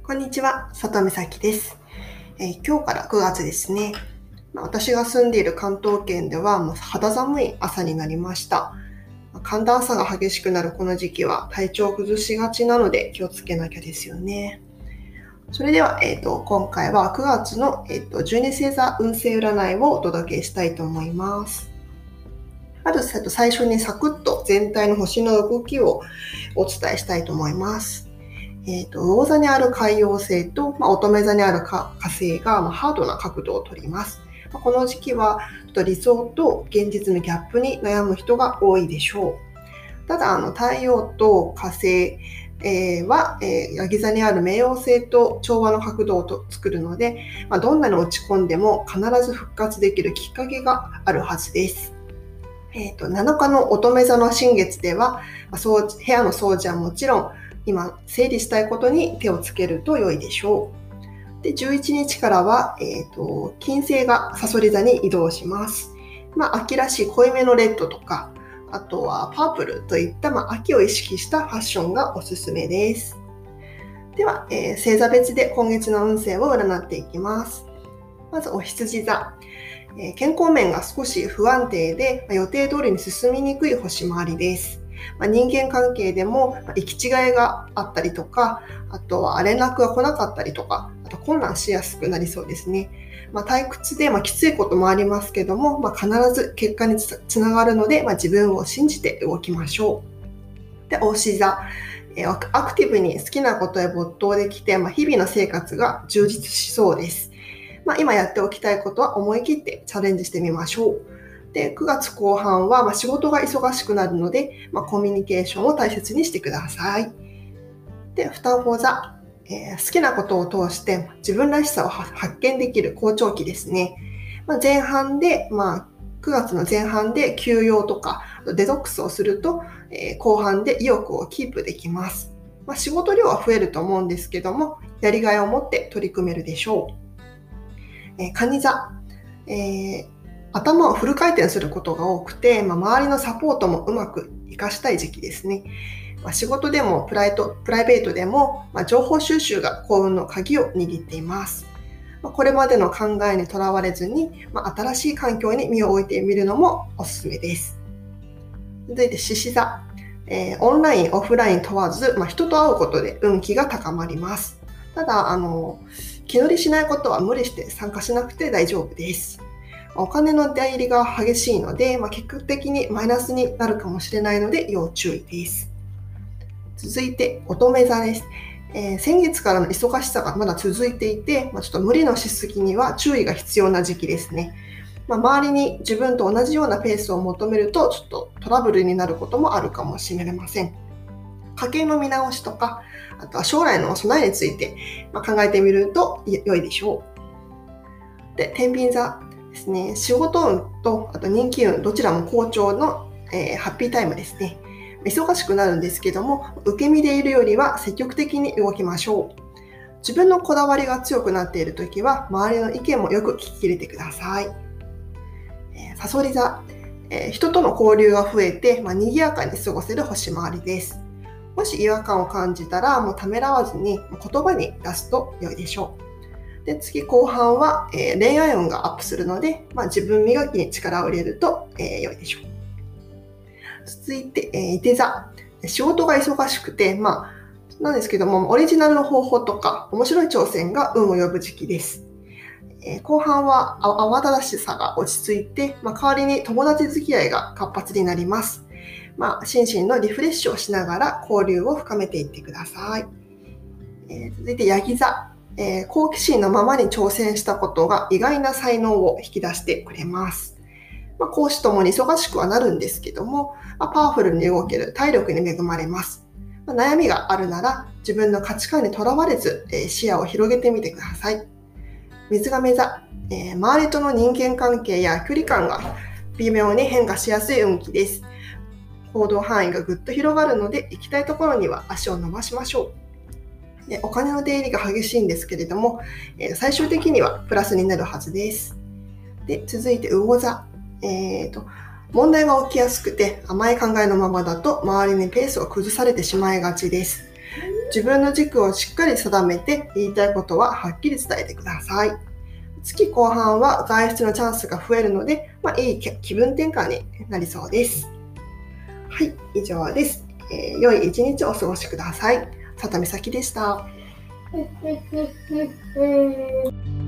こんにちは、佐藤美咲です。今日から9月ですね。私が住んでいる関東圏ではもう肌寒い朝になりました。寒暖差が激しくなるこの時期は体調を崩しがちなので気をつけなきゃですよね。それでは、今回は9月の、12星座運勢占いをお届けしたいと思います。まず最初にサクッと全体の星の動きをお伝えしたいと思います。魚座にある海王星と、乙女座にある火星が、ハードな角度をとります。この時期は理想と現実のギャップに悩む人が多いでしょう。ただ太陽と火星、は、ヤギ座にある冥王星と調和の角度を作るので、どんなに落ち込んでも必ず復活できるきっかけがあるはずです。7日の乙女座の新月では、部屋の掃除はもちろん今整理したいことに手をつけると良いでしょう。で、11日からは、金星が蠍座に移動します。秋らしい濃いめのレッドとか、あとはパープルといった、秋を意識したファッションがおすすめです。では、星座別で今月の運勢を占っていきます。まずお羊座。健康面が少し不安定で、予定通りに進みにくい星回りです。人間関係でも行き違いがあったりとか、あとは連絡が来なかったりとか、あと混乱しやすくなりそうですね。退屈できついこともありますけども、必ず結果につながるので、自分を信じて動きましょう。で、牡牛座。アクティブに好きなことへ没頭できて、日々の生活が充実しそうです。今やっておきたいことは思い切ってチャレンジしてみましょう。で、9月後半は仕事が忙しくなるので、コミュニケーションを大切にしてください。で、双子座、好きなことを通して自分らしさを発見できる好調期ですね。前半で、9月の前半で休養とかデトックスをすると、後半で意欲をキープできます。仕事量は増えると思うんですけども、やりがいを持って取り組めるでしょう。蟹座、頭をフル回転することが多くて、周りのサポートもうまく活かしたい時期ですね。仕事でもプライベートでも、情報収集が幸運の鍵を握っています。これまでの考えにとらわれずに、新しい環境に身を置いてみるのもおすすめです。続いて獅子座、オンラインオフライン問わず、人と会うことで運気が高まります。ただ気乗りしないことは無理して参加しなくて大丈夫です。お金の出入りが激しいので、結果的にマイナスになるかもしれないので要注意です。続いて乙女座です。先月からの忙しさがまだ続いていて、ちょっと無理のしすぎには注意が必要な時期ですね。周りに自分と同じようなペースを求めるとちょっとトラブルになることもあるかもしれません。家計の見直しとか、あとは将来の備えについて考えてみると良いでしょう。で、天秤座ですね。仕事運とあと人気運どちらも好調の、ハッピータイムですね。忙しくなるんですけども、受け身でいるよりは積極的に動きましょう。自分のこだわりが強くなっているときは周りの意見もよく聞き入れてください。蠍座、人との交流が増えて、賑やかに過ごせる星回りです。もし違和感を感じたらもうためらわずに言葉に出すと良いでしょう。で、次後半は、恋愛運がアップするので、自分磨きに力を入れると、良いでしょう。続いて、射手座。仕事が忙しくて、なんですけども、オリジナルの方法とか面白い挑戦が運を呼ぶ時期です。後半は慌ただしさが落ち着いて、代わりに友達付き合いが活発になります。心身のリフレッシュをしながら交流を深めていってください。続いてヤギ座。好奇心のままに挑戦したことが意外な才能を引き出してくれます。講師ともに忙しくはなるんですけども、パワフルに動ける体力に恵まれます。悩みがあるなら自分の価値観にとらわれず、視野を広げてみてください。水亀座。周りとの人間関係や距離感が微妙に変化しやすい運気です。行動範囲がぐっと広がるので、行きたいところには足を伸ばしましょう。で、お金の出入りが激しいんですけれども、最終的にはプラスになるはずです。で、続いて魚座。問題が起きやすくて甘い考えのままだと周りにペースを崩されてしまいがちです。 自分の軸をしっかり定めて、言いたいことははっきり伝えてください。月後半は外出のチャンスが増えるので、いい気分転換になりそうです。はい、以上です。良い一日をお過ごしください。里美咲でした。